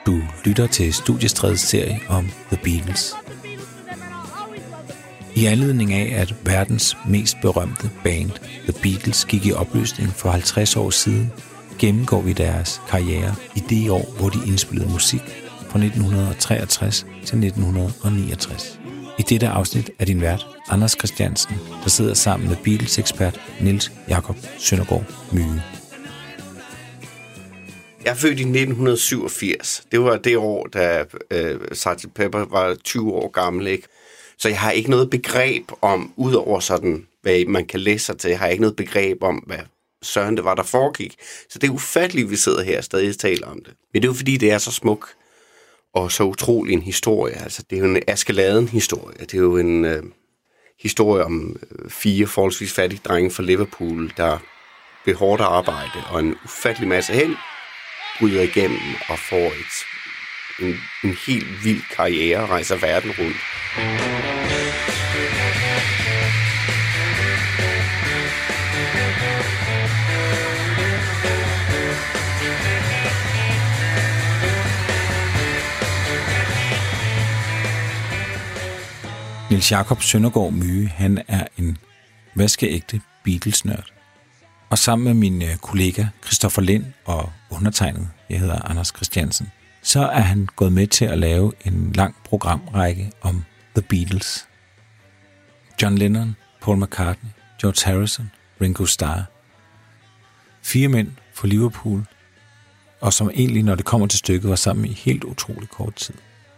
Du lytter til Studiestrædes serie om The Beatles. I anledning af, at verdens mest berømte band, The Beatles, gik i opløsning for 50 år siden, gennemgår vi deres karriere i det år, hvor de indspillede musik fra 1963 til 1969. I dette afsnit er din vært, Anders Christiansen, der sidder sammen med Beatles-ekspert Niels Jakob Søndergaard Myge. Jeg er født i 1987. Det var det år, da Sgt. Pepper var 20 år gammel, ikke? Så jeg har ikke noget begreb om, udover sådan, hvad man kan læse sig til, jeg har ikke noget begreb om, hvad søren det var, der foregik. Så det er ufatteligt, vi sidder her og stadig taler om det. Men det er jo fordi, det er så smuk og så utrolig en historie. Altså, det er jo en Askeladen-historie. Det er jo en historie om 4 forholdsvis fattige drenge fra Liverpool, der ved hårdt arbejde og en ufattelig masse held bryder igennem og får en helt vild karriere og rejser verden rundt. Niels Jakob Søndergaard Myge, han er en vaskeægte Beatles-nørd. Og sammen med min kollega Christoffer Lind og undertegnet, jeg hedder Anders Christiansen, så er han gået med til at lave en lang programrække om The Beatles. John Lennon, Paul McCartney, George Harrison, Ringo Starr. 4 mænd fra Liverpool, og som egentlig, når det kommer til stykket, var sammen i helt utrolig kort tid.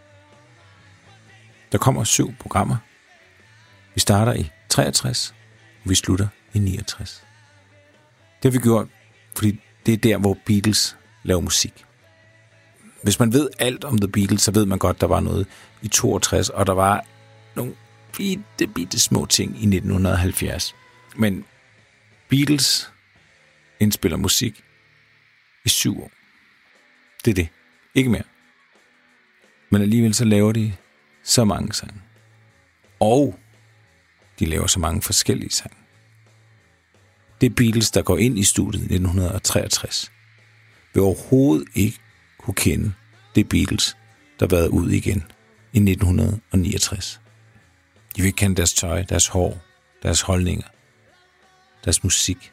Der kommer 7 programmer. Vi starter i 63, og vi slutter i 69. Det har vi gjort, fordi det er der, hvor Beatles laver musik. Hvis man ved alt om The Beatles, så ved man godt, der var noget i 62, og der var nogle bitte små ting i 1970. Men Beatles indspiller musik i 7 år. Det er det. Ikke mere. Men alligevel så laver de så mange sange. Og de laver så mange forskellige sange. Det er Beatles, der går ind i studiet i 1963, vil overhovedet ikke kunne kende det Beatles, der været ud igen i 1969. De vil ikke kende deres tøj, deres hår, deres holdninger, deres musik.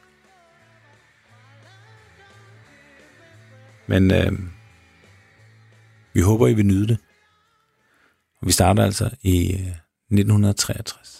Men vi håber, I vil nyde det. Og vi starter altså i 1963.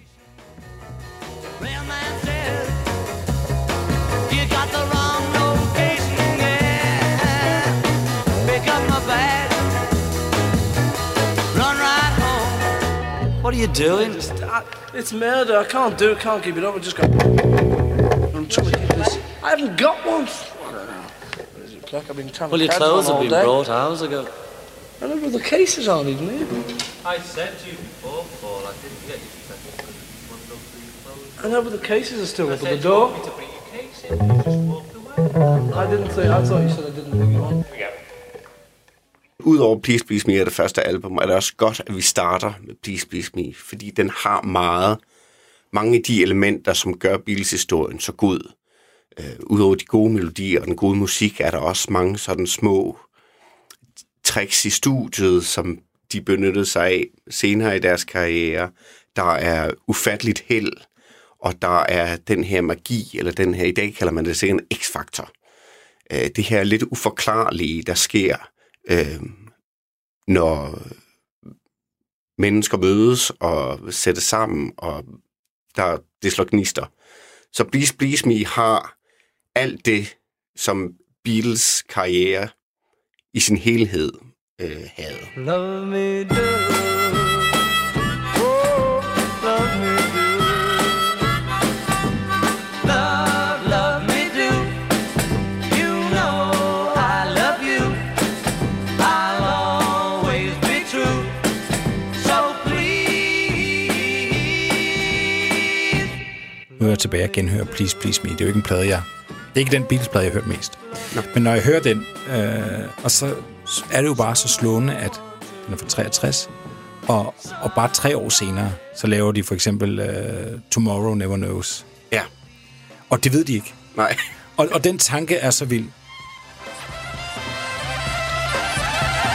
What are you doing? It's murder. I can't do it. Can't keep it up. I just got. I'm trying to keep this. I haven't got one. I don't know. What is it like? I've been trying Well, to your catch clothes one have all been day. brought hours ago. I know, but the cases aren't even here. I said to you before, Paul, I didn't get you to take it because you wanted to bring your clothes. I know, but the cases are still I up said at the you door. want me to bring your case in, you just walked away. I didn't say. I thought you said I didn't bring you one. Udover Please Please Me er det første album, er det også godt, at vi starter med Please Please Me, fordi den har mange af de elementer, som gør Beatles-historien så god. Udover de gode melodier og den gode musik, er der også mange sådan små tricks i studiet, som de benyttede sig af senere i deres karriere. Der er ufatteligt held, og der er den her magi, eller den her, i dag kalder man det sikkert en X-faktor. Det her lidt uforklarlige, der sker, når mennesker mødes og sættes sammen, og det slår gnister. Så Please Please Me har alt det, som Beatles karriere i sin helhed havde. Love me do. Oh, love me do. Love me do. You know I love you. I'll always be true. So please. Nu er jeg tilbage og genhører Please Please Me. Det er jo ikke en plade, det er ikke den Beatles-plade, jeg har hørt mest. Nå. Men når jeg hører den, og så er det jo bare så slående, at den er fra 63, og bare 3 år senere, så laver de for eksempel Tomorrow Never Knows. Ja. Og det ved de ikke. Nej. Og den tanke er så vild.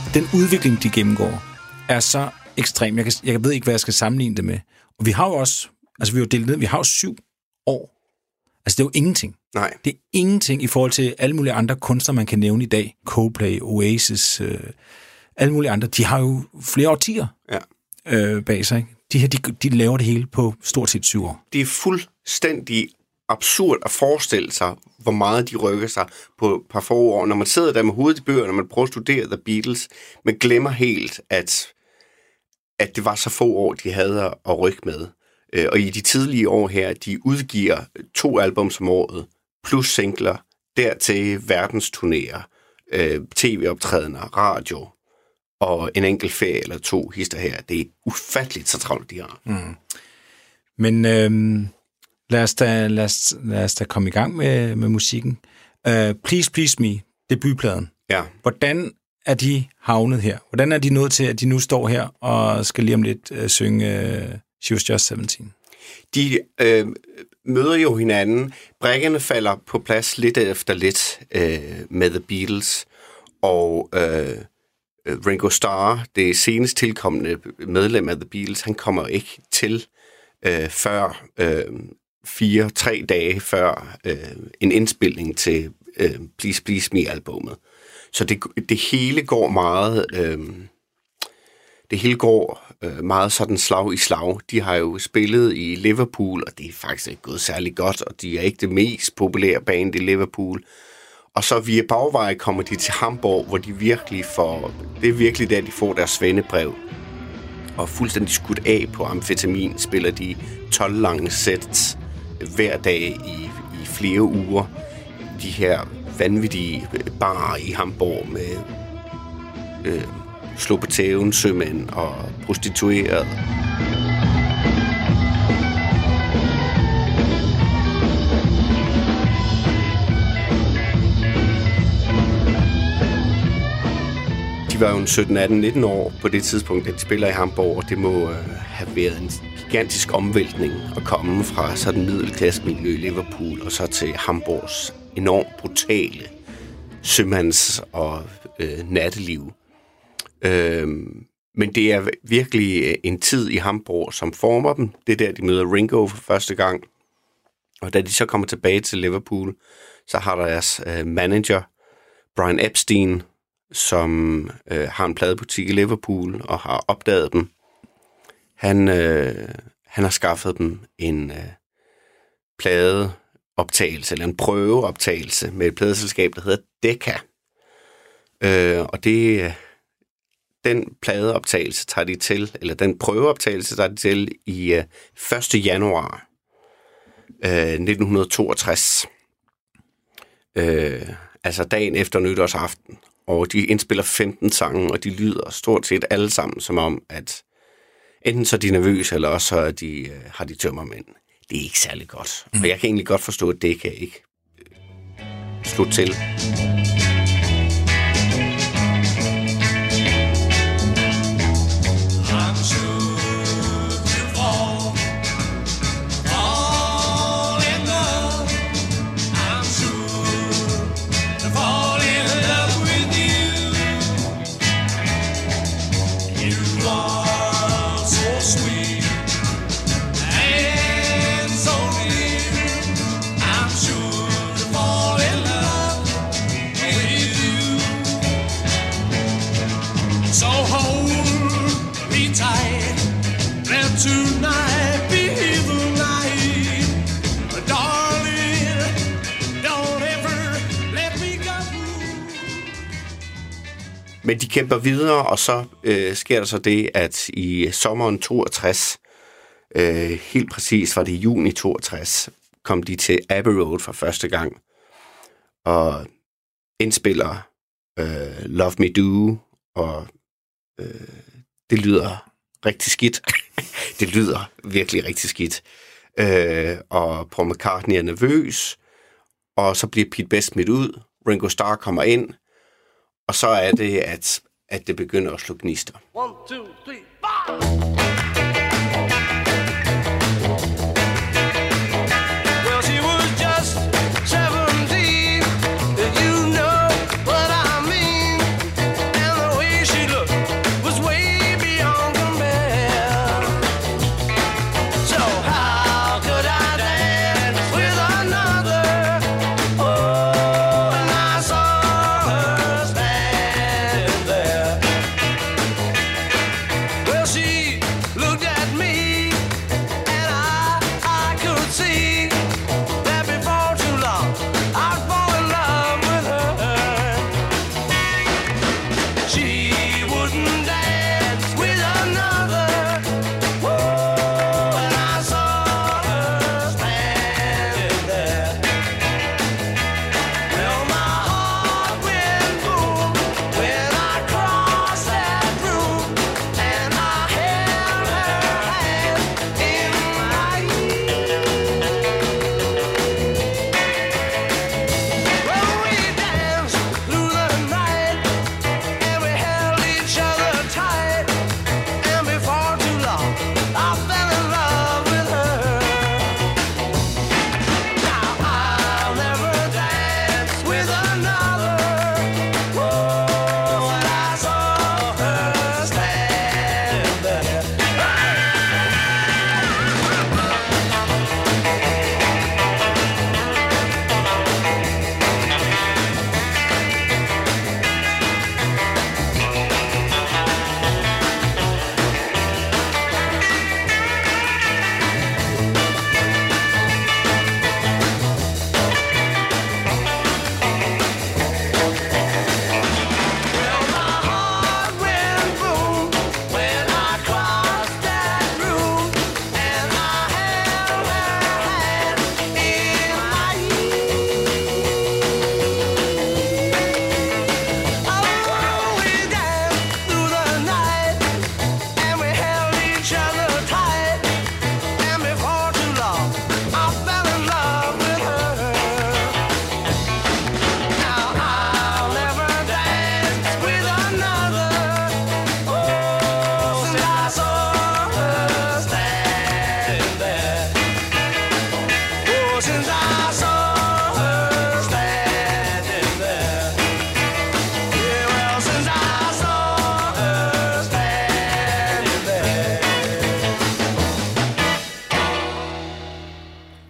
den udvikling, de gennemgår, er så ekstrem. Jeg ved ikke, hvad jeg skal sammenligne det med. Og vi har jo også, altså vi har jo delt ned, vi har jo 7 år. Altså det er jo ingenting. Nej. Det er ingenting i forhold til alle mulige andre kunstnere, man kan nævne i dag. Coldplay, Oasis, alle mulige andre. De har jo flere årtier bag sig. Ikke? De her, de laver det hele på stort set 7 år. Det er fuldstændig absurd at forestille sig, hvor meget de rykker sig på et par få år. Når man sidder der med hovedet i bøger, når man prøver at studere The Beatles, man glemmer helt, at det var så få år, de havde at rykke med. Og i de tidlige år her, de udgiver 2 album om året, plus singler, dertil verdensturnéer, tv-optrædener, radio, og en enkelt ferie eller 2 hister her. Det er ufatteligt så travlt, de har. Mm. Men lad os da komme i gang med musikken. Please Please Me, debutpladen. Ja. Hvordan er de havnet her? Hvordan er de nået til, at de nu står her og skal lige om lidt synge She Was Just 17? De møder jo hinanden. Brækkerne falder på plads lidt efter lidt med The Beatles, og Ringo Starr, det senest tilkommende medlem af The Beatles, han kommer ikke til før 3 dage før en indspilning til Please Please Me-albummet. Så det hele går meget... Det hele går meget sådan slag i slag. De har jo spillet i Liverpool, og det er faktisk ikke gået særlig godt, og de er ikke det mest populære band i Liverpool. Og så via bagveje kommer de til Hamburg, hvor de virkelig får... Det er virkelig der, de får deres svendebrev. Og fuldstændig skudt af på amfetamin spiller de 12 lange sets hver dag i flere uger. De her vanvittige barer i Hamburg med... slå på tæven, sømænd og prostituerede. De var jo en 17, 18, 19 år på det tidspunkt, da de spiller i Hamburg, og det må have været en gigantisk omvæltning at komme fra sådan en middelklassemiljø i Liverpool og så til Hamburgs enormt brutale sømands- og natteliv. Men det er virkelig en tid i Hamburg, som former dem. Det er der, de møder Ringo for første gang. Og da de så kommer tilbage til Liverpool, så har deres manager, Brian Epstein, som har en pladebutik i Liverpool og har opdaget dem. Han har skaffet dem en pladeoptagelse, eller en prøveoptagelse med et pladeselskab, der hedder Decca. Og det... Den pladeoptagelse tager de til, eller den prøveoptagelse tager de til i 1. januar 1962. Altså dagen efter nytårsaften. Og de indspiller 15 sange, og de lyder stort set alle sammen som om, at enten så er de nervøse, eller også så er har de tømmermænd. Det er ikke særlig godt. Og jeg kan egentlig godt forstå, at det kan ikke slå til. Men de kæmper videre, og så sker der så det, at i sommeren 62, helt præcis var det i juni 62, kom de til Abbey Road for første gang, og indspiller Love Me Do, og det lyder rigtig skidt. Det lyder virkelig rigtig skidt. Og Paul McCartney er nervøs, og så bliver Pete Best smidt ud. Ringo Starr kommer ind, og så er det, at det begynder at slå gnister. 1, 2, 3, 4! She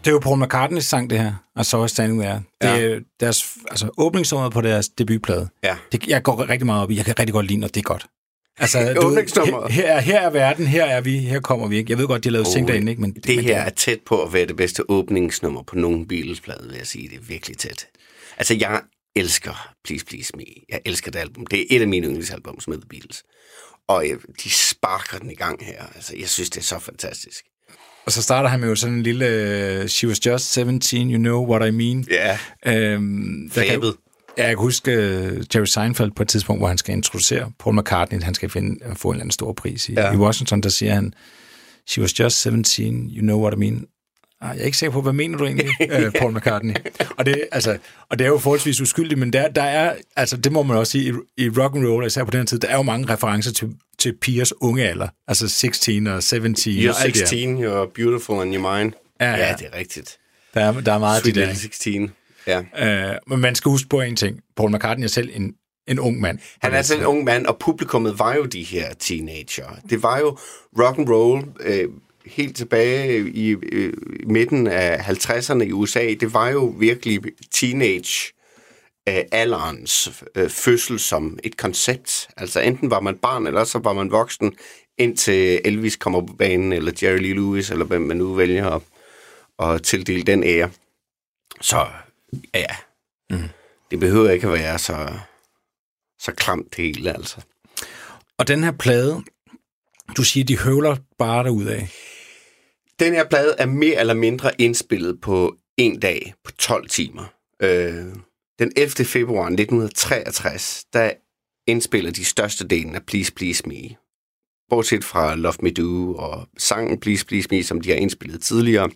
det er jo Paul McCartneys sang, det her. I Saw Her Standing There. Det er deres åbningsnummeret på deres debutplade. Ja. Jeg går rigtig meget op i. Jeg kan rigtig godt lide, når det er godt. Altså, Åbningsnummeret. Her er verden, her er vi, her kommer vi ikke. Jeg ved godt, de har lavet ting derinde, ikke? Men det her er tæt på at være det bedste åbningsnummer på nogen Beatles-plade, vil jeg sige. Det er virkelig tæt. Altså, jeg elsker Please Please Me. Jeg elsker det album. Det er et af mine yndlingsalbum med The Beatles. Og de sparker den i gang her. Altså, jeg synes, det er så fantastisk. Og så starter han med jo sådan en lille She Was Just 17, You Know What I Mean. Ja, flabet. Jeg kan huske Jerry Seinfeld på et tidspunkt, hvor han skal introducere Paul McCartney, han skal få en eller anden stor pris i Washington, der siger han, She was just 17, you know what I mean. Jeg er ikke sikker på, hvad mener du egentlig, Paul McCartney? Og det er jo forholdsvis uskyldigt, men der er, altså det må man også sige, i rock and roll, især på den tid, der er jo mange referencer til pigers unge alder, altså 16 og 17. You're 16, you're beautiful and you're mine. Ja, det er rigtigt. Der er meget Sweet det der. 16. Ja. Men man skal huske på en ting. Paul McCartney er selv en ung mand. Han er selv en ung mand, og publikummet var jo de her teenager. Det var jo rock and roll helt tilbage i midten af 50'erne i USA. Det var jo virkelig teenage alderens fødsel som et koncept. Altså enten var man barn, eller så var man voksen, indtil Elvis kommer på banen, eller Jerry Lee Lewis, eller hvem man nu vælger at tildele den ære. Så ja, det behøver ikke at være så klamt det hele, altså. Og den her plade, du siger, de høvler bare derudad. Den her plade er mere eller mindre indspillet på en dag, på 12 timer. Den 11. februar 1963, der indspiller de største delen af Please Please Me. Bortset fra Love Me Do og sangen Please Please Me, som de har indspillet tidligere.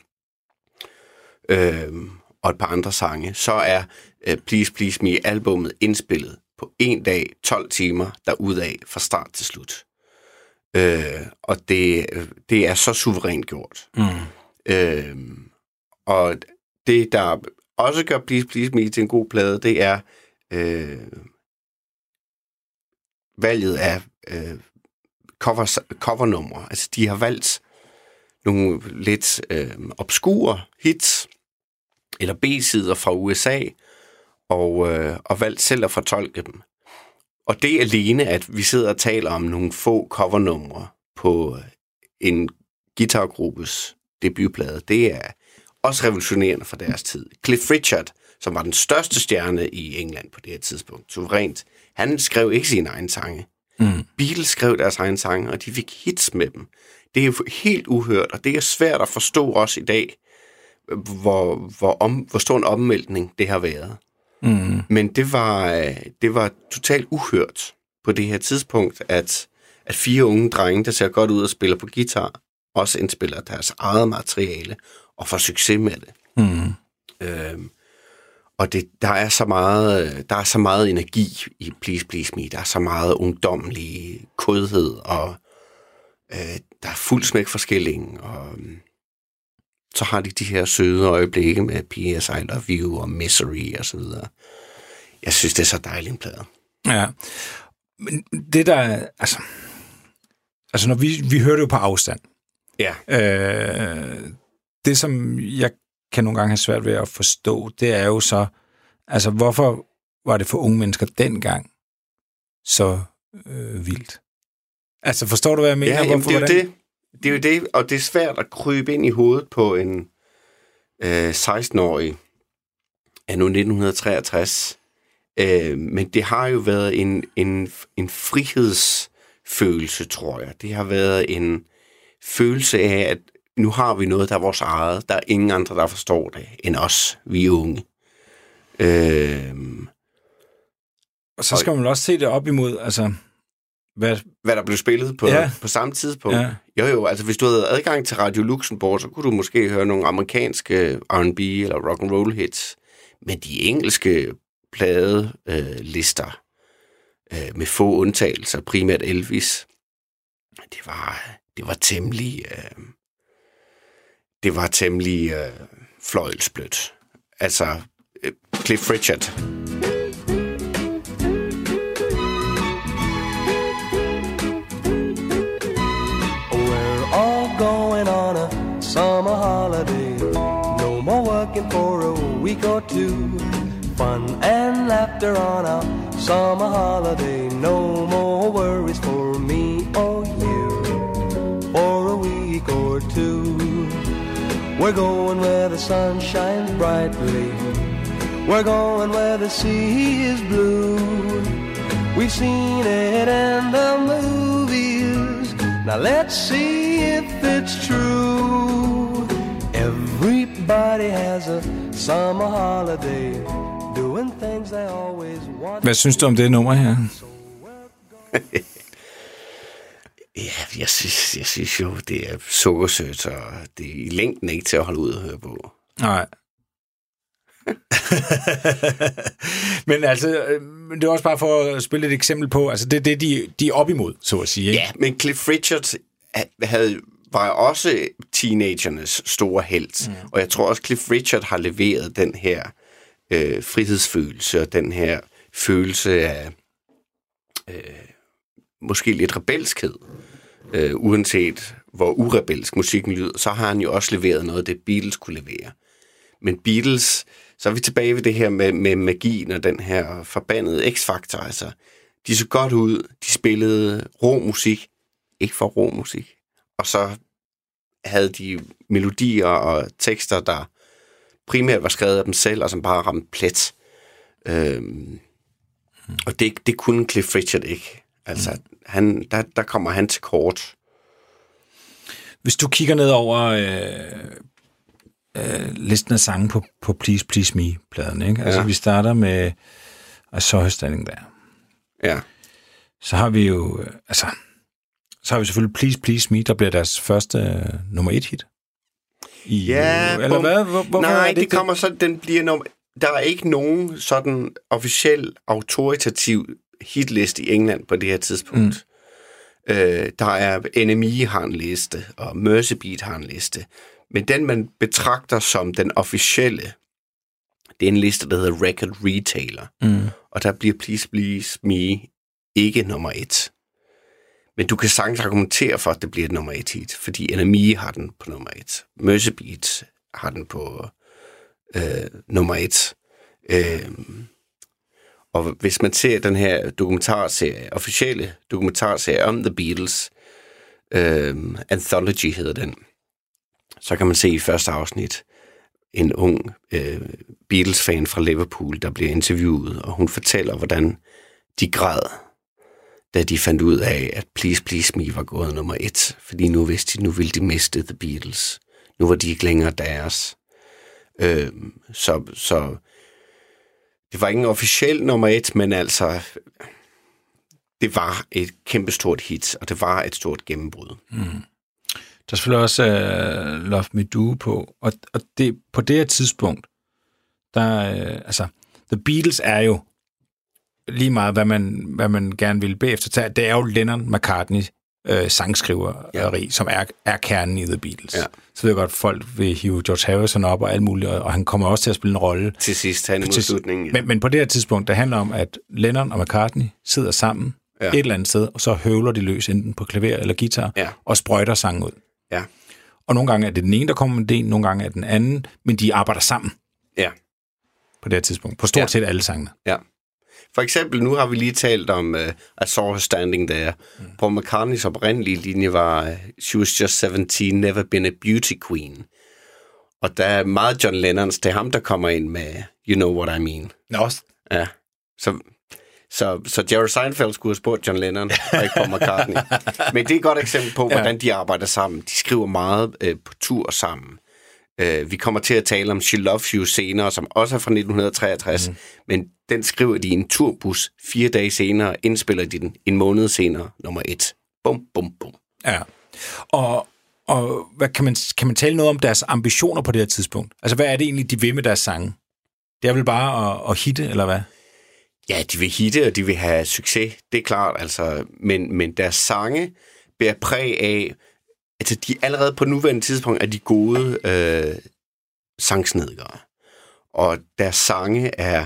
Og et par andre sange, så er Please Please Me-albummet indspillet på en dag, 12 timer, derudaf fra start til slut. Og det er så suverænt gjort. Og det, der også gør Please Please Me til en god plade, det er valget af covernumre. Altså, de har valgt nogle lidt obskure hits, eller B-sider fra USA, og valgt selv at fortolke dem. Og det alene, at vi sidder og taler om nogle få covernumre på en guitargruppes debutplade, det er også revolutionerende for deres tid. Cliff Richard, som var den største stjerne i England på det her tidspunkt, suverænt, han skrev ikke sine egne sange. Beatles skrev deres egne sange, og de fik hits med dem. Det er jo helt uhørt, og det er svært at forstå også i dag, hvor stor en omvæltning det har været. Men det var totalt uhørt på det her tidspunkt, at 4 unge drenge, der ser godt ud og spiller på guitar, også indspiller deres eget materiale og får succes med det. Og der er så meget energi i Please Please Me. Der er så meget ungdommelig kodhed, og der er fuld smæk for skillingen, og så har de her søde øjeblikke med P.S. I Love You og Misery og så videre. Jeg synes, det er så dejligt en plade. Ja, men det der, altså når vi hører det jo på afstand. Ja. Det, som jeg kan nogle gange have svært ved at forstå, det er jo så, altså hvorfor var det for unge mennesker dengang så vildt? Altså forstår du, hvad jeg mener? Ja, jamen, det er jo det, og det er svært at krybe ind i hovedet på en 16-årig af nu 1963. Men det har jo været en frihedsfølelse, tror jeg. Det har været en følelse af, at nu har vi noget, der er vores eget. Der er ingen andre, der forstår det, end os, vi unge. Og så skal man også se det op imod, altså hvad der blev spillet på samme tidspunkt. Ja. Jo, altså hvis du havde adgang til Radio Luxembourg, så kunne du måske høre nogle amerikanske R&B eller rock and roll hits. Men de engelske pladelister med få undtagelser, primært Elvis, det var temmelig fløjelsblødt. Altså Cliff Richard. We're all going on a summer holiday. No more week or two. Fun and laughter on a summer holiday. No more worries for me or you for a week or two. We're going where the sun shines brightly. We're going where the sea is blue. We've seen it in the movies. Now let's see if it's true. Everybody has a summer holiday, doing things they always want. Hvad synes du om det nummer her? Ja, jeg synes jo, det er sukkersødt, og det er i længden ikke til at holde ud og høre på. Nej. Men altså, det er også bare for at spille et eksempel på, altså det er det, de er op imod, så at sige. Ikke? Ja, men Cliff Richard var også teenagernes store helt. Og jeg tror også, Cliff Richard har leveret den her frihedsfølelse, og den her følelse af måske lidt rebelskhed. Uanset hvor urebelsk musikken lyder, så har han jo også leveret noget, det Beatles kunne levere. Men Beatles, så er vi tilbage ved det her med magien og den her forbandede X-faktor. Altså, de så godt ud, de spillede rå musik, ikke for rå musik. Og så havde de melodier og tekster, der primært var skrevet af dem selv, og som bare ramte plet. Og det kunne Cliff Richard ikke. Altså, der kommer han til kort. Hvis du kigger ned over listen af sange på Please Please Me-pladen, ikke? Ja. Altså, vi starter med I Saw Her Standing There. Ja. Så har vi jo, så har vi selvfølgelig Please Please Me, der bliver deres første nummer 1 hit. Ja, eller hvad? Nej, det kommer så, den bliver der er ikke nogen sådan officiel, autoritativ hitliste i England på det her tidspunkt. Der er NME har en liste, og Mersey Beat har en liste. Men den, man betragter som den officielle, det er en liste, der hedder Record Retailer. Og der bliver Please Please Me ikke nummer 1. Men du kan sagtens argumentere for, at det bliver et nummer 1 hit, fordi NME har den på nummer 1. Mersey Beat har den på nummer 1. Og hvis man ser den her dokumentarserie, officielle dokumentarserie om The Beatles, Anthology hedder den, så kan man se i første afsnit en ung Beatles-fan fra Liverpool, der bliver interviewet, og hun fortæller, hvordan de græd, da de fandt ud af, at Please Please Me var gået nummer 1, fordi nu vidste de, nu ville de miste The Beatles. Nu var de ikke længere deres. Så det var ikke en officiel nummer 1, men altså, det var et kæmpestort hit, og det var et stort gennembrud. Der er selvfølgelig også Love Me Do på, og det, på det her tidspunkt, der, The Beatles er jo lige meget, hvad man gerne vil bagefter tage. Det er jo Lennon-McCartney sangskriveri, som er kernen i The Beatles. Ja. Så ved jeg godt, folk vil hive George Harrison op og alt muligt, og han kommer også til at spille en rolle. Til sidst, han mod slutningen. Ja. Men på det her tidspunkt, der handler om, at Lennon og McCartney sidder sammen et eller andet sted, og så høvler de løs enten på klaver eller guitar, og sprøjter sangen ud. Ja. Og nogle gange er det den ene, der kommer med det, nogle gange er den anden, men de arbejder sammen. Ja. På det her tidspunkt. På stort set alle sangene. Ja. For eksempel, nu har vi lige talt om I Saw Her Standing There. Paul McCartneys oprindelige linje var She was just 17, never been a beauty queen. Og der er meget John Lennons, det er ham, der kommer ind med You Know What I Mean. Ja. Så Jerry Seinfeld skulle have spurgt John Lennon, og ikke Paul McCartney. Men det er et godt eksempel på, hvordan de arbejder sammen. De skriver meget på tur sammen. Vi kommer til at tale om She Loves You senere, som også er fra 1963, men den skriver de i en turbus 4 dage senere, indspiller de den en måned senere, nummer 1. Bum, bum, bum. Ja, og hvad kan man tale noget om deres ambitioner på det her tidspunkt? Altså, hvad er det egentlig, de vil med deres sange? Det er vel bare at hitte, eller hvad? Ja, de vil hitte, og de vil have succes, det er klart, altså, men deres sange bærer præg af, altså, de allerede på nuværende tidspunkt er de gode sangsnedgere. Og deres sange er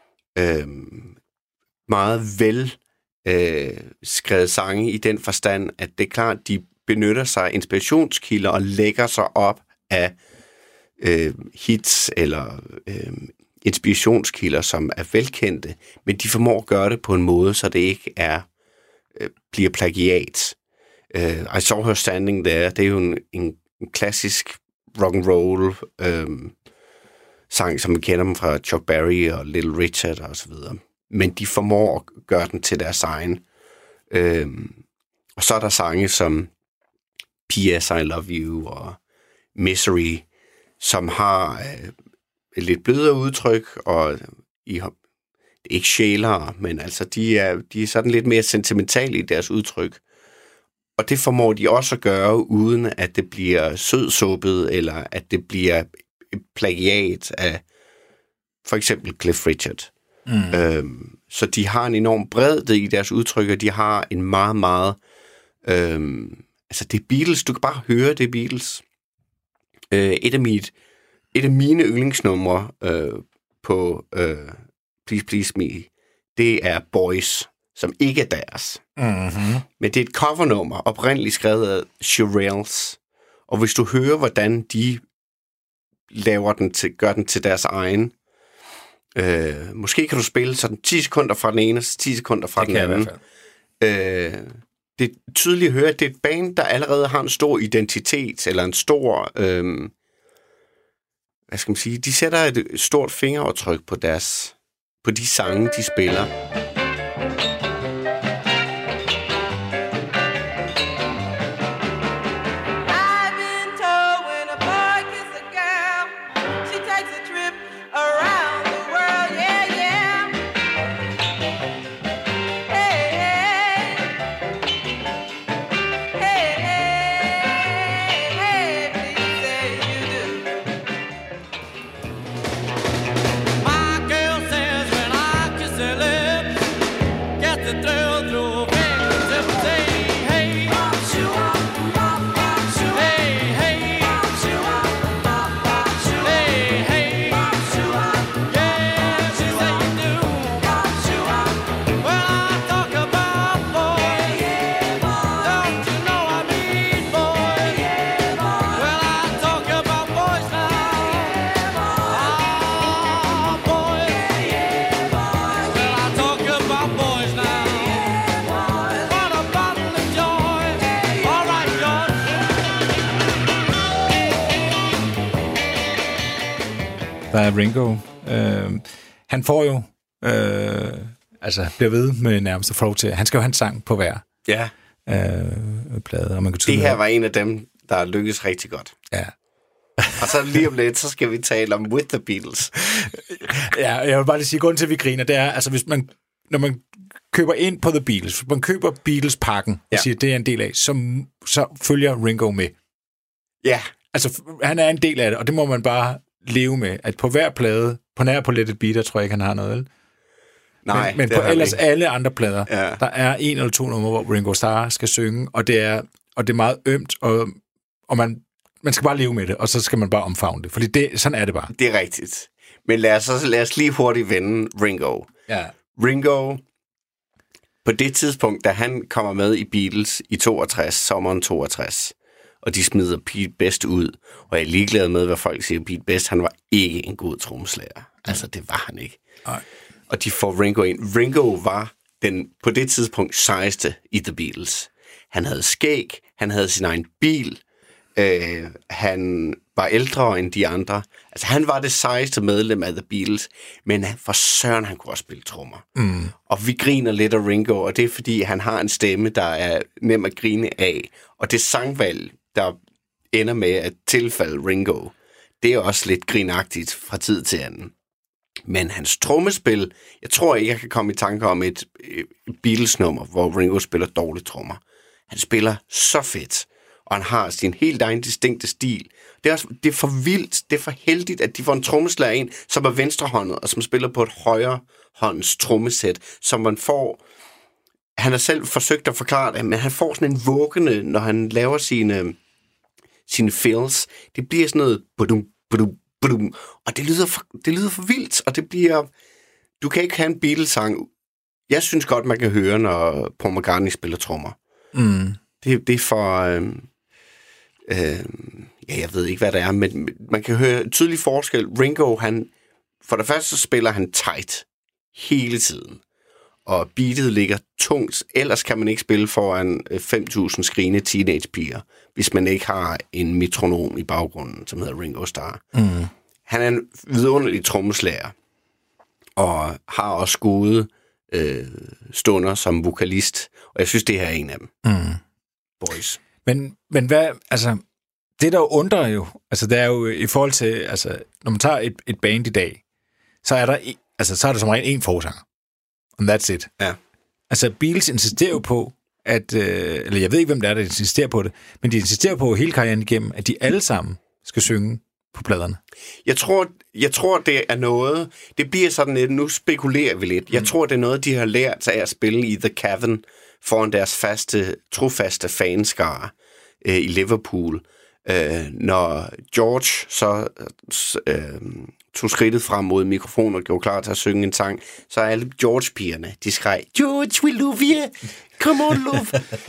meget vel skrevet sange i den forstand, at det er klart, de benytter sig af inspirationskilder og lægger sig op af hits eller inspirationskilder, som er velkendte, men de formår at gøre det på en måde, så det ikke bliver plagiat. I Saw Her Standing There, det er jo en klassisk rock'n'roll sang, som vi kender dem fra Chuck Berry og Little Richard og så videre. Men de formår at gøre den til deres egen. Og så er der sange som P.S. I Love You og Misery, som har et lidt blødere udtryk, og ikke sjælere, men altså de er sådan lidt mere sentimentale i deres udtryk. Og det formår de også at gøre, uden at det bliver sødsuppet, eller at det bliver plagiat af for eksempel Cliff Richard. Så de har en enorm bredde i deres udtryk, og de har en meget, meget... altså, det er Beatles. Du kan bare høre, det er Beatles. Et af mine yndlingsnumre på Please Please Me, det er Boys, som ikke er deres. Mm-hmm. Men det er et covernummer, oprindeligt skrevet af Shirelles. Og hvis du hører, hvordan de gør den til deres egen, måske kan du spille sådan 10 sekunder fra den ene, og 10 sekunder fra den anden. Det er tydeligt at høre, at det er et band, der allerede har en stor identitet, eller en stor... hvad skal man sige? De sætter et stort fingeraftryk på de sange, de spiller. Der er Ringo. Han får jo bliver ved med nærmest at få lov til. Han skal jo have en sang på hver plade. Og man kan det her var en af dem, der lykkes rigtig godt. Ja. Og så lige om lidt, så skal vi tale om With the Beatles. Ja, jeg vil bare lige sige, grunden til, at vi griner, det er, altså når man køber ind på The Beatles, hvis man køber Beatles-pakken, og siger, det er en del af, så følger Ringo med. Ja. Altså, han er en del af det, og det må man bare leve med, at på hver plade, på nær på Let It Be, der tror jeg ikke, han har noget. Nej, men på ellers alle andre plader, der er 1 eller 2 numre, hvor Ringo Starr skal synge, og det er meget ømt, og man skal bare leve med det, og så skal man bare omfavne det, fordi sådan er det bare. Det er rigtigt. Men lad os lige hurtigt vende Ringo. Ja. Ringo, på det tidspunkt, da han kommer med i Beatles i 62, sommeren 62, og de smider Pete Best ud, og jeg er ligeglad med, hvad folk siger. Pete Best, han var ikke en god trommeslager. Altså, det var han ikke. Nej. Og de får Ringo ind. Ringo var den på det tidspunkt sejeste i The Beatles. Han havde skæg, han havde sin egen bil, han var ældre end de andre. Altså, han var det sejeste medlem af The Beatles, men for søren, han kunne også spille trommer. Mm. Og vi griner lidt af Ringo, og det er, fordi han har en stemme, der er nem at grine af. Og det sangvalg, der ender med at tilfalde Ringo, det er også lidt grinagtigt fra tid til anden. Men hans trommespil, jeg tror ikke, jeg kan komme i tanker om et Beatles-nummer, hvor Ringo spiller dårligt trommer. Han spiller så fedt, og han har sin helt egen distinkte stil. Det er for vildt, det er for heldigt, at de får en trommeslager ind, som er venstrehåndet, og som spiller på et højrehånds trommesæt, som man får... Han har selv forsøgt at forklare det, men han får sådan en vuggende, når han laver sine fills. Det bliver sådan noget... Badum, badum, badum, og det lyder for vildt, og det bliver... Du kan ikke have en Beatles-sang. Jeg synes godt, man kan høre, når Paul McCartney spiller trommer. Mm. Det er for... jeg ved ikke, hvad det er, men man kan høre tydelig forskel. Ringo, for det første så spiller han tight hele tiden, og beatet ligger tungt. Ellers kan man ikke spille foran 5.000 skrigende teenagepiger, hvis man ikke har en metronom i baggrunden, som hedder Ringo Starr. Mm. Han er en vidunderlig trommeslager, og har også gode stunder som vokalist, og jeg synes, det her er en af dem. Mm. Boys. Men hvad, altså, det der undrer jo, altså det er jo i forhold til, altså, når man tager et band i dag, så er der, så er der som regel en forsanger. And that's it. Ja. Altså, Beatles insisterer jo på, at, eller jeg ved ikke, hvem det er, der insisterer på det, men de insisterer på hele karrieren igennem, at de alle sammen skal synge på pladerne. Jeg tror, det er noget, det bliver sådan lidt, nu spekulerer vi lidt, jeg tror, det er noget, de har lært af at spille i The Cavern foran deres trofaste fanskare i Liverpool. Når George så tog skridtet frem mod mikrofonen og gjorde klar til at synge en sang, så alle George-pigerne, de skreg, George, we love you, come on, love.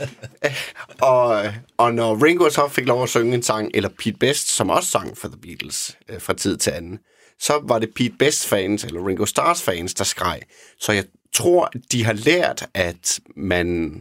og når Ringo så fik lov at synge en sang, eller Pete Best, som også sang for The Beatles fra tid til anden, så var det Pete Best-fans, eller Ringo Starrs-fans, der skreg. Så jeg tror, de har lært, at man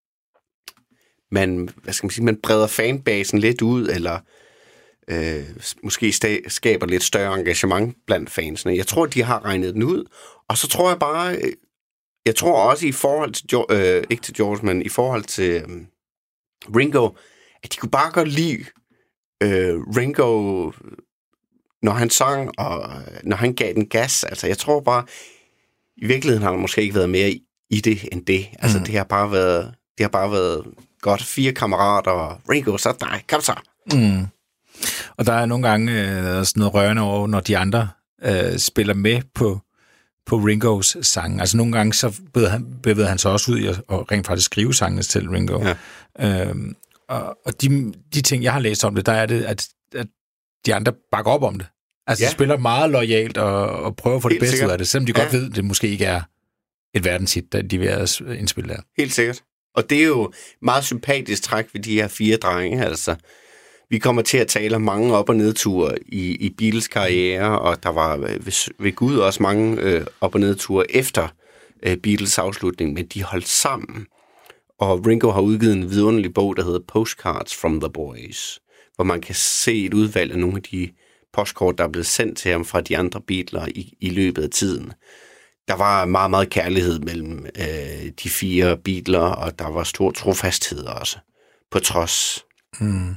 hvad skal man sige, man breder fanbasen lidt ud, eller måske skaber lidt større engagement blandt fansene. Jeg tror, de har regnet den ud, og så tror jeg bare, jeg tror også i forhold til, ikke til George, men i forhold til Ringo, at de kunne bare godt lide Ringo, når han sang, og når han gav den gas. Altså, jeg tror bare, i virkeligheden har han måske ikke været mere i det end det. Altså, det har bare været godt 4 kammerater, og Ringo, så dig, kom så. Mm. Og der er nogle gange sådan noget rørende over, når de andre spiller med på Ringos sang. Altså nogle gange, så bevæger han sig også ud i at rent faktisk skrive sangene til Ringo. Ja. Og de ting, jeg har læst om det, der er det, at de andre bakker op om det. Altså de spiller meget loyalt og prøver at få det bedste ud af det, selvom de godt ved, at det måske ikke er et verdenshit, der de vil indspille der. Helt sikkert. Og det er jo meget sympatisk træk ved de her 4 drenge, altså. Vi kommer til at tale om mange op- og nedture i Beatles karriere, og der var ved Gud også mange op- og nedture efter Beatles afslutning, men de holdt sammen. Og Ringo har udgivet en vidunderlig bog, der hedder Postcards from the Boys, hvor man kan se et udvalg af nogle af de postkort, der er blevet sendt til ham fra de andre Beatles i løbet af tiden. Der var meget, meget kærlighed mellem de 4 Beatles, og der var stor trofasthed også, på trods. Mm.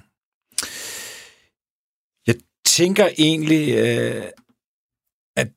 Jeg tænker egentlig, at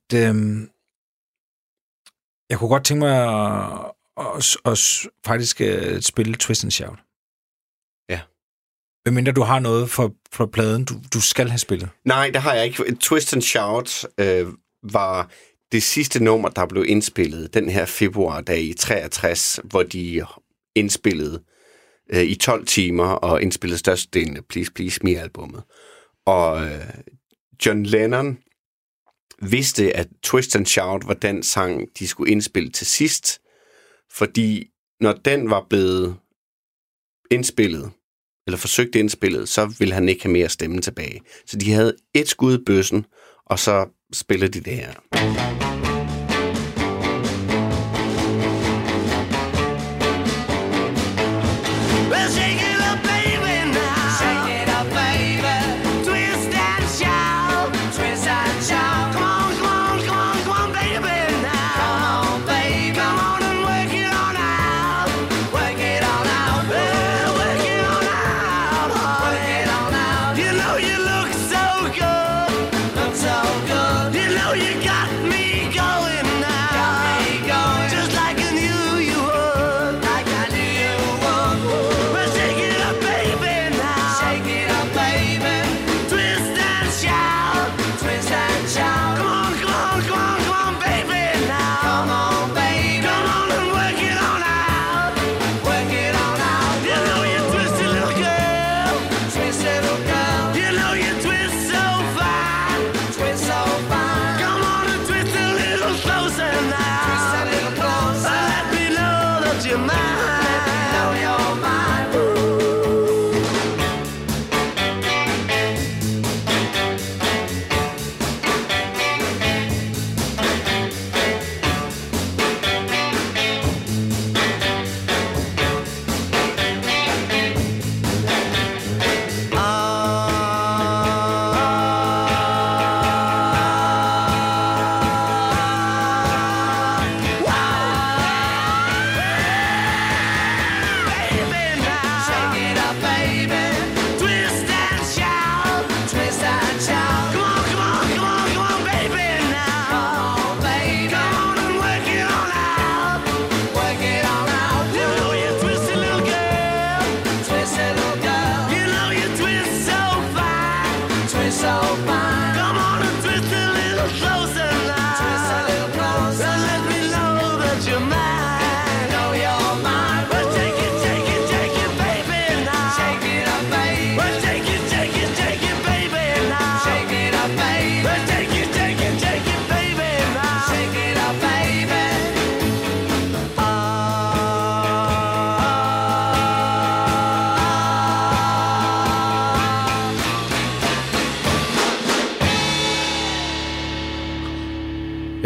jeg kunne godt tænke mig at faktisk spille Twist and Shout. Ja. Medmindre du har noget for pladen, du skal have spillet. Nej, det har jeg ikke. Twist and Shout var det sidste nummer, der blev indspillet den her februardag i 63, hvor de indspillede i 12 timer og indspillede størstedelen af Please Please Me-albummet. Og John Lennon vidste, at Twist and Shout var den sang, de skulle indspille til sidst, fordi når den var blevet indspillet, eller forsøgt indspillet, så ville han ikke have mere stemme tilbage. Så de havde et skud i bøssen, og så spillede de det her.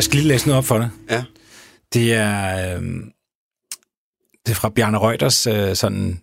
skal lige læse noget op for dig. Ja. Det er fra Bjarne Reuters sådan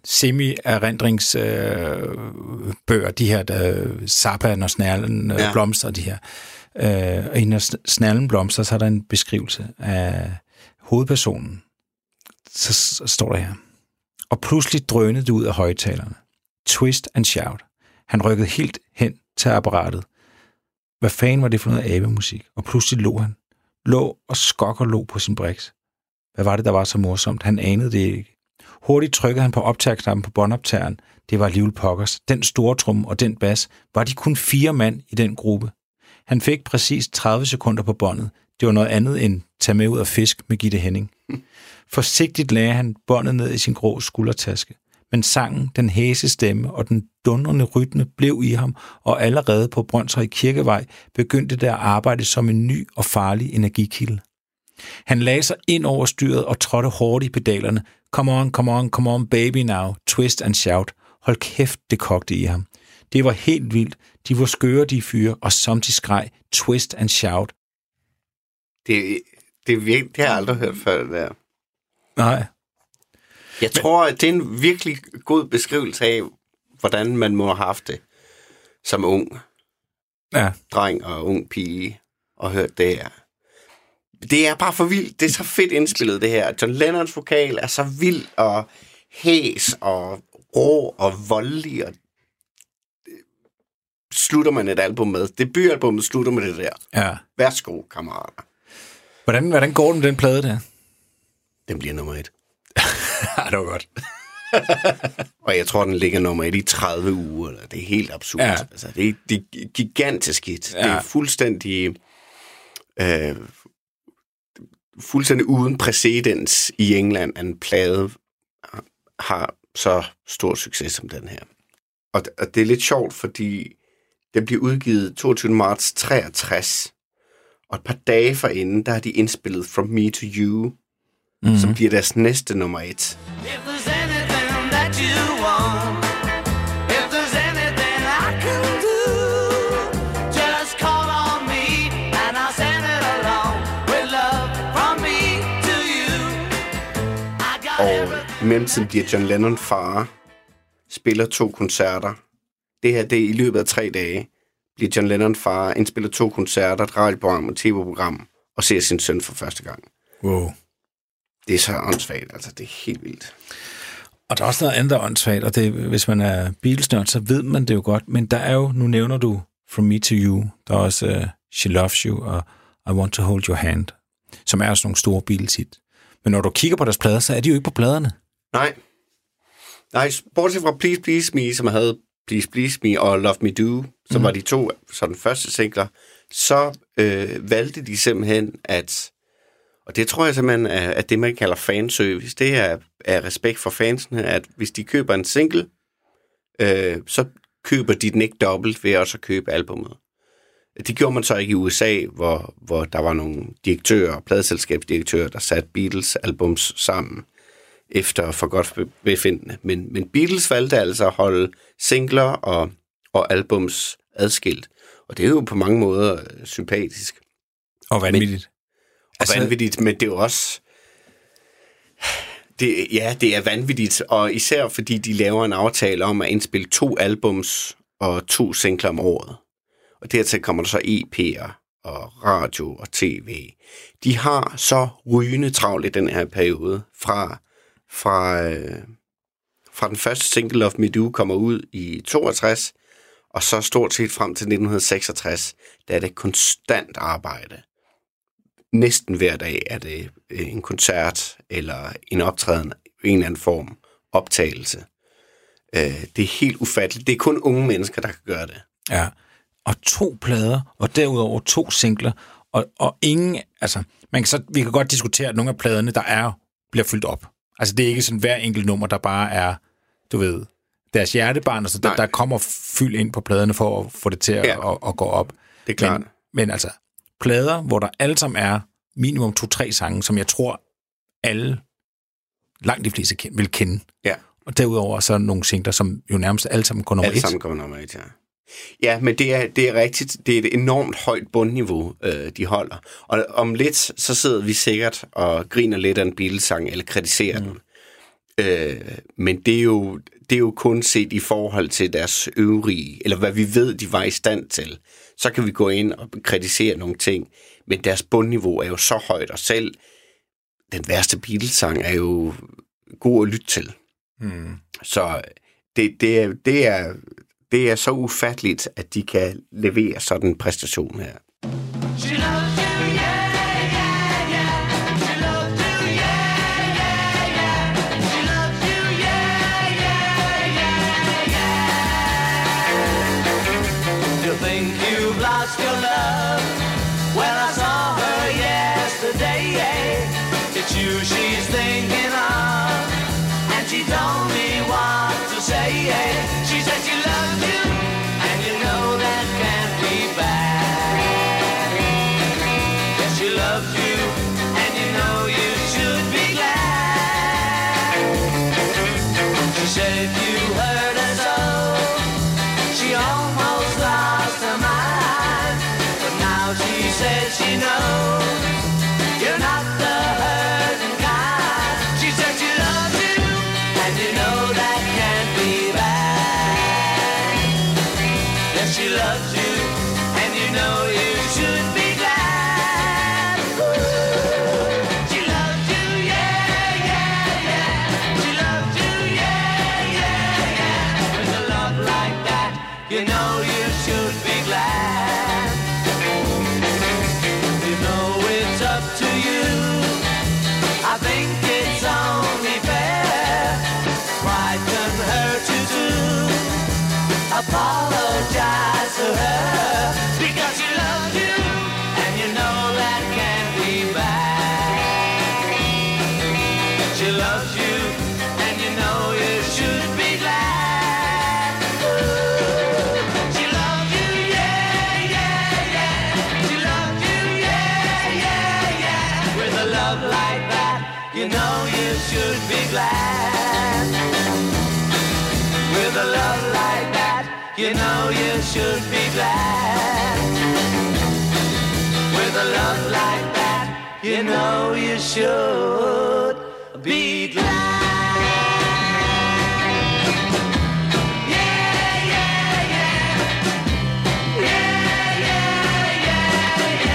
semi-erindringsbøger, de her Zappa, når snærlen blomster, de her. Og når snærlen blomster, så er der en beskrivelse af hovedpersonen. Så står der her. Og pludselig drønede det ud af højtalerne. Twist and shout. Han rykkede helt hen til apparatet. Hvad fanden var det for noget abemusik? Og pludselig lå han. Lå og lå på sin briks. Hvad var det, der var så morsomt? Han anede det ikke. Hurtigt trykkede han på optagerknappen på båndoptageren. Det var alligevel pokkers. Den store trum og den bas. Var de kun 4 mand i den gruppe? Han fik præcis 30 sekunder på båndet. Det var noget andet end tage med ud og fisk med Gitte Henning. Forsigtigt lagde han båndet ned i sin grå skuldertaske. Men sangen, den hæse stemme og den dundrende rytme blev i ham, og allerede på Brønshøj Kirkevej begyndte der at arbejde som en ny og farlig energikilde. Han lagde sig ind over styret og trådte hårdt i pedalerne. Come on, come on, come on, baby now. Twist and shout. Hold kæft, det kogte i ham. Det var helt vildt. De var skøre, de fyre, og samtidig skreg twist and shout. Det er virkelig, det har jeg aldrig hørt før, det der. Nej. Jeg tror, at det er en virkelig god beskrivelse af, hvordan man må have haft det som ung dreng og ung pige, og hørt det her. Det er bare for vildt. Det er så fedt indspillet, det her. John Lennons vokal er så vild og hæs og rå og voldelig, og slutter man et album med. Debutalbummet slutter med det der. Ja. Værsgo, kammerater. Hvordan går den med den plade der? Den bliver nummer 1. Ja, det var godt. Og jeg tror, den ligger nummer 1 i 30 uger. Det er helt absurd. Ja. Altså, det er gigantisk hit. Ja. Det er fuldstændig uden præcedens i England, at en plade har så stor succes som den her. Og det er lidt sjovt, fordi den bliver udgivet 22. marts 63. Og et par dage forinden, der har de indspillet From Me to You, som bliver deres næste nummer 1. Og i mellemtiden bliver John Lennon far, spiller 2 koncerter. Det her, det er i løbet af 3 dage, bliver John Lennon far, indspiller 2 koncerter, et radioprogram og tv-program, og ser sin søn for første gang. Wow. Det er så åndssvagt, altså det er helt vildt. Og der er også noget andet åndssvagt, og det, hvis man er Beatles-nørd, så ved man det jo godt, men der er jo, nu nævner du From Me to You, der er også She Loves You og I Want to Hold Your Hand, som er også nogle store Beatles-hit. Men når du kigger på deres plader, så er de jo ikke på pladerne. Nej, bortset fra Please Please Me, som havde Please Please Me og Love Me Do, som var de 2 sådan første singler, så valgte de simpelthen at, og det tror jeg simpelthen er det, man kalder fanservice, det er respekt for fansene, at hvis de køber en single, så køber de den ikke dobbelt ved også at købe albummet. Det gjorde man så ikke i USA, hvor der var nogle direktører, pladeselskabsdirektører, der satte Beatles-albums sammen efter for godt befindende. Men Beatles valgte altså at holde singler og albums adskilt. Og det er jo på mange måder sympatisk. Og vanvittigt. Vanvittigt, men det er jo også... Det er vanvittigt, og især fordi de laver en aftale om at indspille 2 albums og 2 singler om året. Og dertil kommer der så EP'er og radio og tv. De har så rygende travlt i den her periode. Fra den første single Love Me Do kommer ud i 62, og så stort set frem til 1966, der er det konstant arbejde. Næsten hver dag er det en koncert eller en optræden i en eller anden form, optagelse. Det er helt ufatteligt. Det er kun unge mennesker, der kan gøre det. Ja, og 2 plader, og derudover 2 singler, og ingen, altså, vi kan godt diskutere, at nogle af pladerne, bliver fyldt op. Altså, det er ikke sådan hver enkelt nummer, der bare er, du ved, deres hjertebarn, så der kommer fyld ind på pladerne for at få det til at gå op. Det er klart. Men altså, plader, hvor der alle sammen er minimum 2-3 sange, som jeg tror, langt de fleste vil kende. Ja. Og derudover så nogle singler, som jo nærmest alle sammen går nummer 1. Alle sammen går nummer 1, ja. Ja, men det er rigtigt. Det er et enormt højt bundniveau, de holder. Og om lidt, så sidder vi sikkert og griner lidt af en Beatles-sang, eller kritiserer den. Men det er jo kun set i forhold til deres øvrige, eller hvad vi ved, de var i stand til. Så kan vi gå ind og kritisere nogle ting, men deres bundniveau er jo så højt, og selv den værste Beatles-sang er jo god at lytte til. Så det er så ufatteligt, at de kan levere sådan en præstation her. She loves you, yeah, yeah, yeah. She loves you, yeah, yeah, yeah. She loves you, yeah, yeah, yeah, yeah. You think you've lost your love? Well, I saw her yesterday. It's you she's thinking of, and she told me what to say. She said she loves you, and you know that can't be bad. Yes, she loves you, and you know you should be glad. She said if you hurt her so, she almost lost her mind. But now she says she knows you're not the hurting kind. She said she loves you, and you know that can't be bad. Yes, she loves you, and you know you should be glad. She loves you, yeah, yeah, yeah. She loves you, yeah, yeah, yeah. With a love like that, you know you should be glad. You know it's up to you. I think it's only fair. Pride can hurt you too. Apologize to her, because she loves you, and you know that can't be bad. She loves you, and you know you should be glad. She loves you, yeah, yeah, yeah. She loves you, yeah, yeah, yeah. With a love like that, you know you should be glad. With a love like that, you know you should be glad. With a love like that, you know you should be glad. Yeah, yeah, yeah. Yeah, yeah, yeah,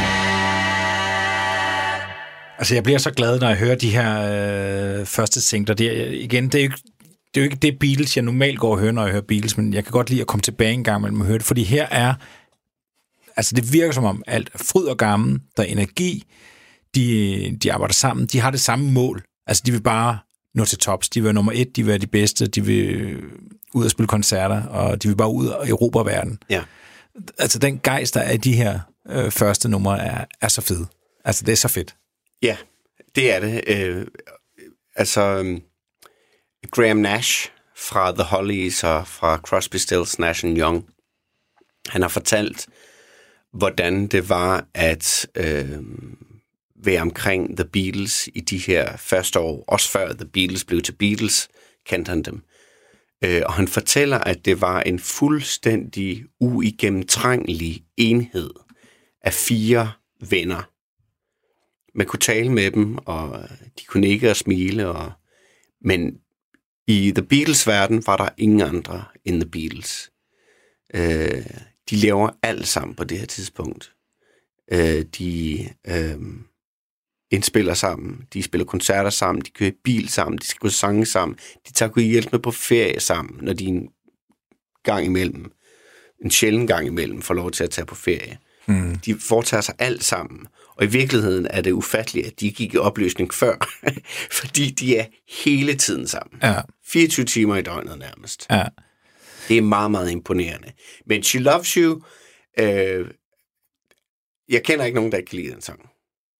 yeah. Altså, jeg bliver så glad, når jeg hører de her første singler. Det er jo ikke det Beatles, jeg normalt går og hører, når jeg hører Beatles, men jeg kan godt lide at komme tilbage en gang mellem at høre det, fordi her er, altså det virker som om alt er fryd og gammel, der er energi, de arbejder sammen, de har det samme mål, altså de vil bare nå til tops, de vil være nummer 1, de vil være de bedste, de vil ud og spille koncerter, og de vil bare ud og erobre verden. Ja. Altså den gejst, der er i de her første numre, er så fed. Altså det er så fedt. Ja, det er det. Graham Nash fra The Hollies og fra Crosby, Stills, Nash & Young, han har fortalt, hvordan det var at være omkring The Beatles i de her første år, også før The Beatles blev til Beatles, kendte han dem. Og han fortæller, at det var en fuldstændig uigennemtrængelig enhed af 4 venner. Man kunne tale med dem, og de kunne nikke og smile, men i The Beatles-verden var der ingen andre end The Beatles. De laver alt sammen på det her tidspunkt. De indspiller sammen, de spiller koncerter sammen, de kører bil sammen, de skriver sange sammen, de tager hjælp med på ferie sammen, når de en sjælden gang imellem får lov til at tage på ferie. De foretager sig alt sammen. Og i virkeligheden er det ufatteligt, at de gik i opløsning før, fordi de er hele tiden sammen. Ja. 24 timer i døgnet nærmest. Ja. Det er meget, meget imponerende. Men She Loves You, jeg kender ikke nogen, der ikke kan lide den sang.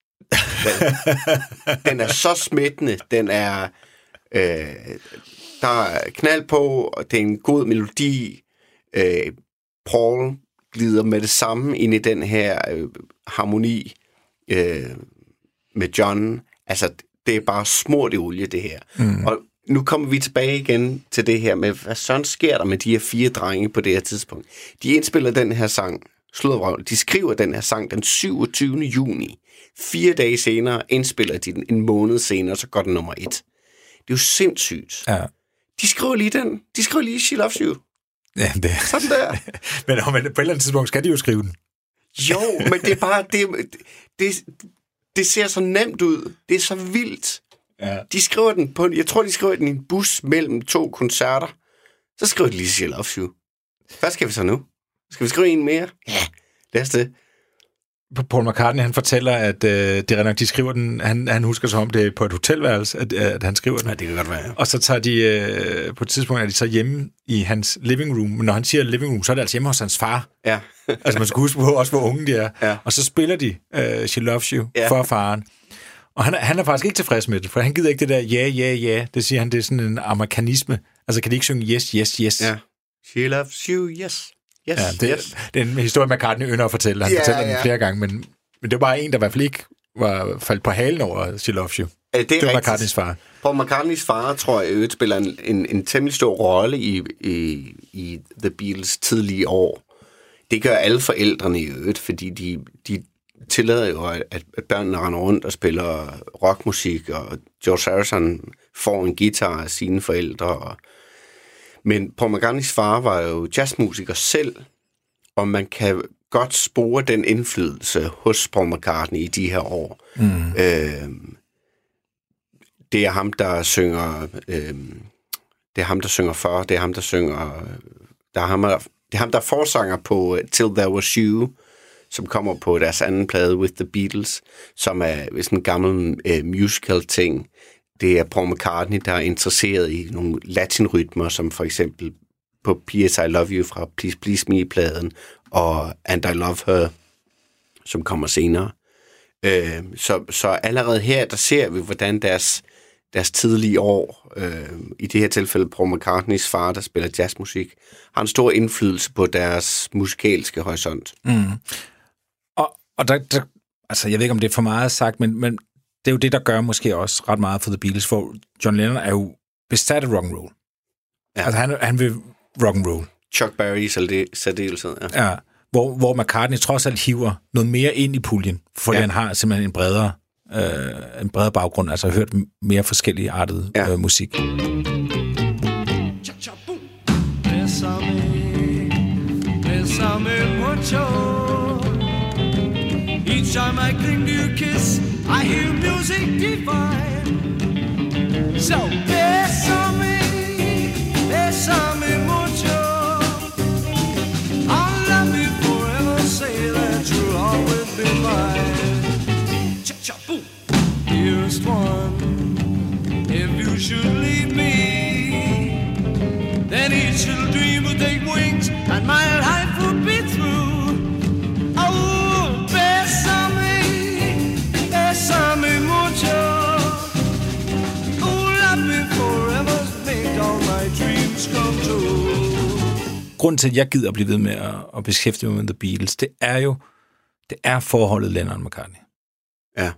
Den er så smittende, den er, der er knald på, og det er en god melodi. Paul glider med det samme ind i den her harmoni med John. Altså, det er bare smurt i olie, det her. Og nu kommer vi tilbage igen til det her med, hvad sådan sker der med de her 4 drenge på det her tidspunkt. De indspiller den her sang, Sluddervrøvl. De skriver den her sang den 27. juni. 4 dage senere indspiller de den en måned senere, så går den nummer 1. Det er jo sindssygt. Ja. De skriver lige den. De skriver lige She Loves You. Ja, det. Sådan der. men på et eller andet tidspunkt skal de jo skrive den. Jo, men det er bare... Det ser så nemt ud. Det er så vildt. Ja. De skriver den på... Jeg tror, de skriver den i en bus mellem 2 koncerter. Så skriver de lige She Loves You. Hvad skal vi så nu? Skal vi skrive en mere? Ja, lad os det. Paul McCartney, han fortæller, at det er nok, de skriver den, han husker sig om det på et hotelværelse, at han skriver den. Ja, det kan godt være, ja. Og så tager de, på et tidspunkt er de så hjemme i hans living room, men når han siger living room, så er det altså hjemme hos hans far. Ja. Altså man skal huske på også, hvor unge de er. Ja. Og så spiller de She Loves You for faren. Og han er faktisk ikke tilfreds med det, for han gider ikke det der ja. Det siger han, det er sådan en amerikanisme. Altså kan de ikke synge yes. Ja. She loves you, yes. Yes, ja, det er en historie, McCartney ynder at fortælle. Han fortæller den flere gange, men det var bare en, der i hvert fald ikke var faldt på halen over She Loves You. Det var McCartneys far. Paul McCartneys far, tror jeg, spiller en temmelig stor rolle i The Beatles tidlige år. Det gør alle forældrene i øvrigt, fordi de tillader jo, at børnene render rundt og spiller rockmusik, og George Harrison får en guitar af sine forældre. Men Paul McCartneys far var jo jazzmusiker selv, og man kan godt spore den indflydelse hos Paul McCartney i de her år. Det er ham, der synger... det er ham, der synger for. Det er ham, der synger... Det er ham, der er forsanger på Till There Was You, som kommer på deres anden plade, With the Beatles, som er sådan en gammel musical-ting. Det er Paul McCartney, der er interesseret i nogle latinrytmer, som for eksempel på P.S. I Love You fra Please Please Me-pladen, og And I Love Her, som kommer senere. Så allerede her, der ser vi, hvordan deres tidlige år, i det her tilfælde Paul McCartneys far, der spiller jazzmusik, har en stor indflydelse på deres musikalske horisont. Og der, altså jeg ved ikke, om det er for meget sagt, men det er jo det, der gør måske også ret meget for The Beatles, for John Lennon er jo besat af rock'n'roll. Ja. Altså han vil rock'n'roll. Chuck Berry i særdeleshed, ja. Hvor McCartney trods alt hiver noget mere ind i puljen, fordi han har simpelthen en bredere baggrund, altså har hørt mere forskellige artede musik. Each time I cling to your kiss, I hear music divine. So bésame, bésame mucho. I'll love you forever, say that you'll always be mine. Cha-cha-boom. Dearest one, if you should leave me, then each little dream will take wings and my life will be through. Bésame mucho. Oh, love me forever, make all my dreams come true. Grunden til, at jeg gider at blive ved med at beskæftige mig med The Beatles, det er forholdet Lennon-McCartney. Ja.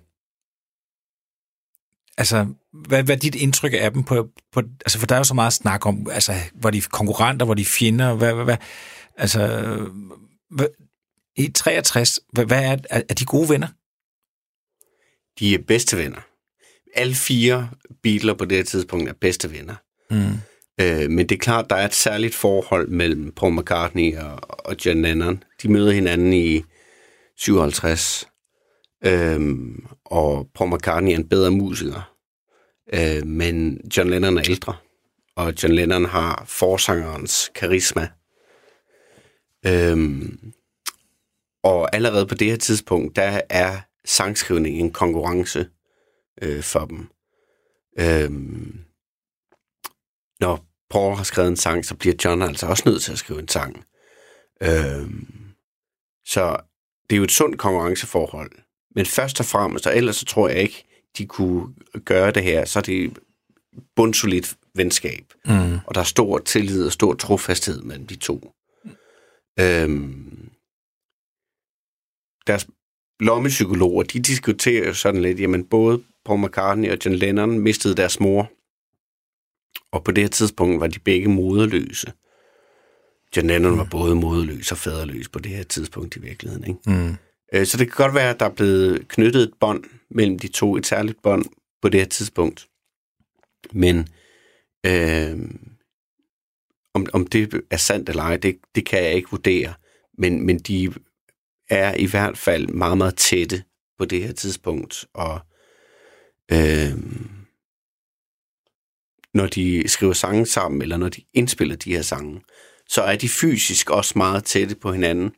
Altså, hvad er dit indtryk af dem på altså, for der er jo så meget snak om, altså, hvor de konkurrenter, hvor de fjender, hvad altså, i 63, hvad er de gode venner? De er bedste venner. Alle 4 Beatles på det her tidspunkt er bedste venner. Men det er klart, der er et særligt forhold mellem Paul McCartney og John Lennon. De møder hinanden i 57, og Paul McCartney er en bedre musiker. Men John Lennon er ældre, og John Lennon har forsangerens karisma. Og allerede på det her tidspunkt, der er sangskrivning en konkurrence for dem. Når Paul har skrevet en sang, så bliver John altså også nødt til at skrive en sang. Så det er jo et sundt konkurrenceforhold. Men først og fremmest, og ellers så tror jeg ikke, de kunne gøre det her, så er det bundsolidt venskab. Og der er stor tillid og stor trofasthed mellem de to. Deres lommepsykologer, de diskuterer jo sådan lidt, jamen både Paul McCartney og John Lennon mistede deres mor Og på det her tidspunkt var de begge moderløse. John Lennon var både moderløs og faderløs på det her tidspunkt i virkeligheden. Ikke? Så det kan godt være, at der er blevet knyttet et bånd mellem de to, et særligt bånd på det her tidspunkt. Men om det er sandt eller ej, det kan jeg ikke vurdere. Men de er i hvert fald meget, meget tætte på det her tidspunkt. Og når de skriver sange sammen, eller når de indspiller de her sange, så er de fysisk også meget tætte på hinanden.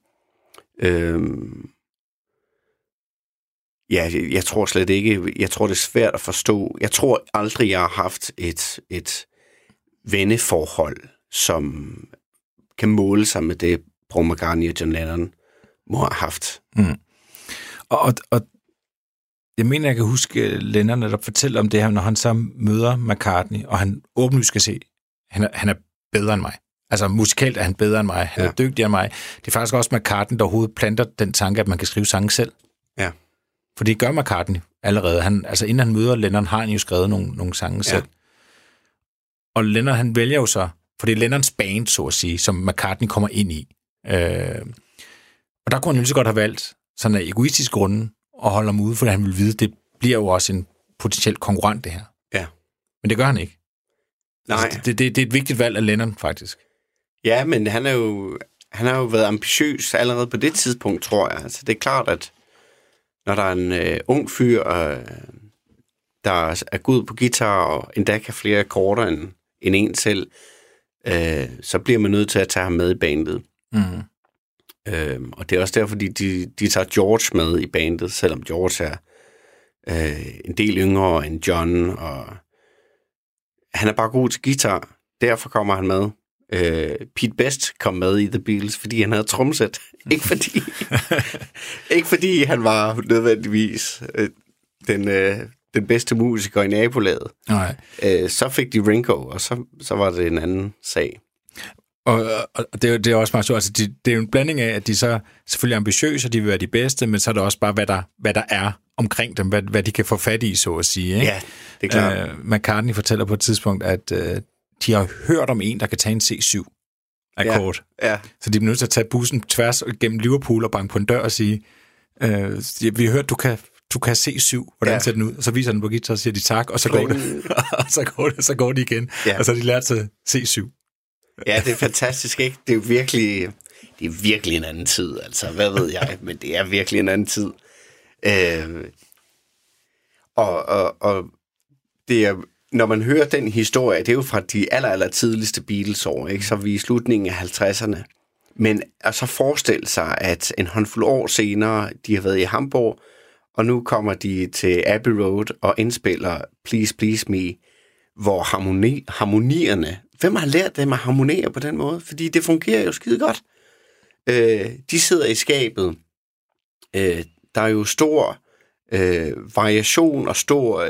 Jeg tror slet ikke, jeg tror det er svært at forstå. Jeg tror aldrig, jeg har haft et venneforhold, som kan måle sig med det, Paul McCartney og John Lennon må have haft. Og jeg mener, jeg kan huske Lennon, der fortæller om det her, når han så møder McCartney, og han åbenlyst skal se, han er bedre end mig. Altså musikalt er han bedre end mig, han er dygtigere end mig. Det er faktisk også McCartney, der overhovedet planter den tanke, at man kan skrive sange selv. Ja. For det gør McCartney allerede. Inden han møder Lennon, har han jo skrevet nogle sange selv. Og Lennon, han vælger jo så, for det er Lennons band, så at sige, som McCartney kommer ind i. Og der kunne han jo lige så godt have valgt, sådan af egoistisk grunde, at holde ham ude, fordi han vil vide, det bliver jo også en potentiel konkurrent, det her. Ja. Men det gør han ikke. Nej. Altså, det er et vigtigt valg af Lennon, faktisk. Ja, men han har jo været ambitiøs allerede på det tidspunkt, tror jeg. Altså, det er klart, at når der er en ung fyr, der er god på guitar, og endda kan flere akkorder end en selv, så bliver man nødt til at tage ham med i bandet. Og det er også derfor, de tager George med i bandet, selvom George er en del yngre end John, og han er bare god til guitar. Derfor kommer han med. Pete Best kom med i The Beatles, fordi han havde tromsæt. Ikke fordi han var nødvendigvis den bedste musiker i nabolaget. Nej. Så fik de Ringo, og så var det en anden sag. Og det er også meget sjovt. Altså, det er jo en blanding af, at de så selvfølgelig er ambitiøse, og de vil være de bedste, men så er det også bare, hvad der er omkring dem, hvad de kan få fat i, så at sige. Ikke? Ja, det er klart. McCartney fortæller på et tidspunkt, at de har hørt om en, der kan tage en C7-akkord. Ja. Så de er nødt til at tage bussen tværs gennem Liverpool og banke på en dør og sige, vi har hørt, du kan C7, hvordan ser den ud? Og så viser den på guitar, og siger de tak, og så går det. Og så går de igen. Ja. Og så har de lært sig C7. Ja, det er fantastisk, ikke? Det er virkelig en anden tid, altså. Hvad ved jeg? Men det er virkelig en anden tid. Og det er, når man hører den historie, det er jo fra de aller tidligste Beatles-år, ikke? Så vi er i slutningen af 50'erne. Men så forestille sig, at en håndfuld år senere, de har været i Hamburg, og nu kommer de til Abbey Road og indspiller Please Please Me, hvor harmonierne, hvem har lært dem at harmonere på den måde? Fordi det fungerer jo skide godt. De sidder i skabet. Der er jo stor variation og stor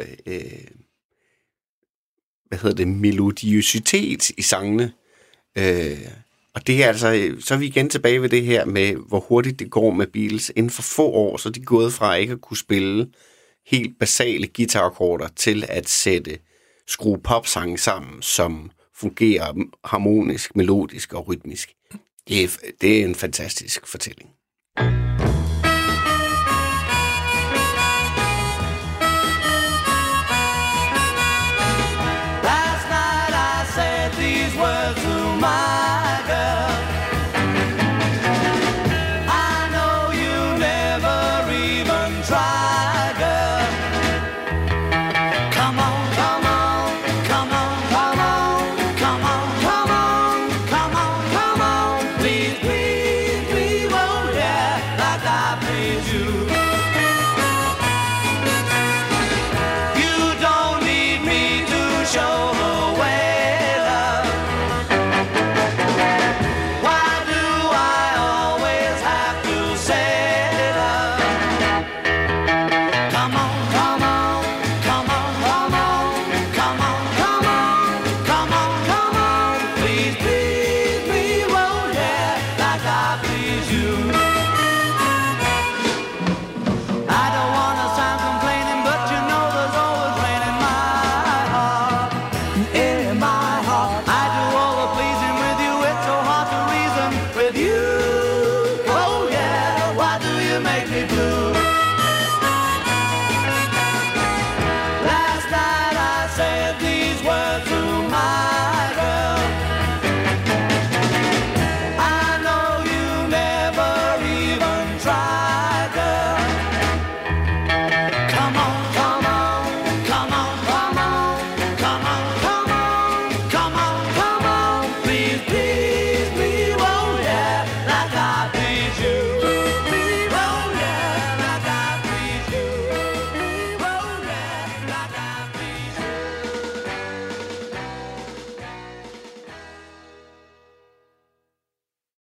melodiøsitet i sangene. Og det er altså, så er vi igen tilbage ved det her med, hvor hurtigt det går med Beatles. Inden for få år, så er de gået fra ikke at kunne spille helt basale guitarakkorder til at skrue popsange sammen, som fungerer harmonisk, melodisk og rytmisk. Det er en fantastisk fortælling. Last night I said these words to my girl. I know you never even try, girl. Come on, come on, come on, come on, come on, come on, come on, come on. Please, please, please, oh yeah, like I please you. You don't need me to show the way, love. words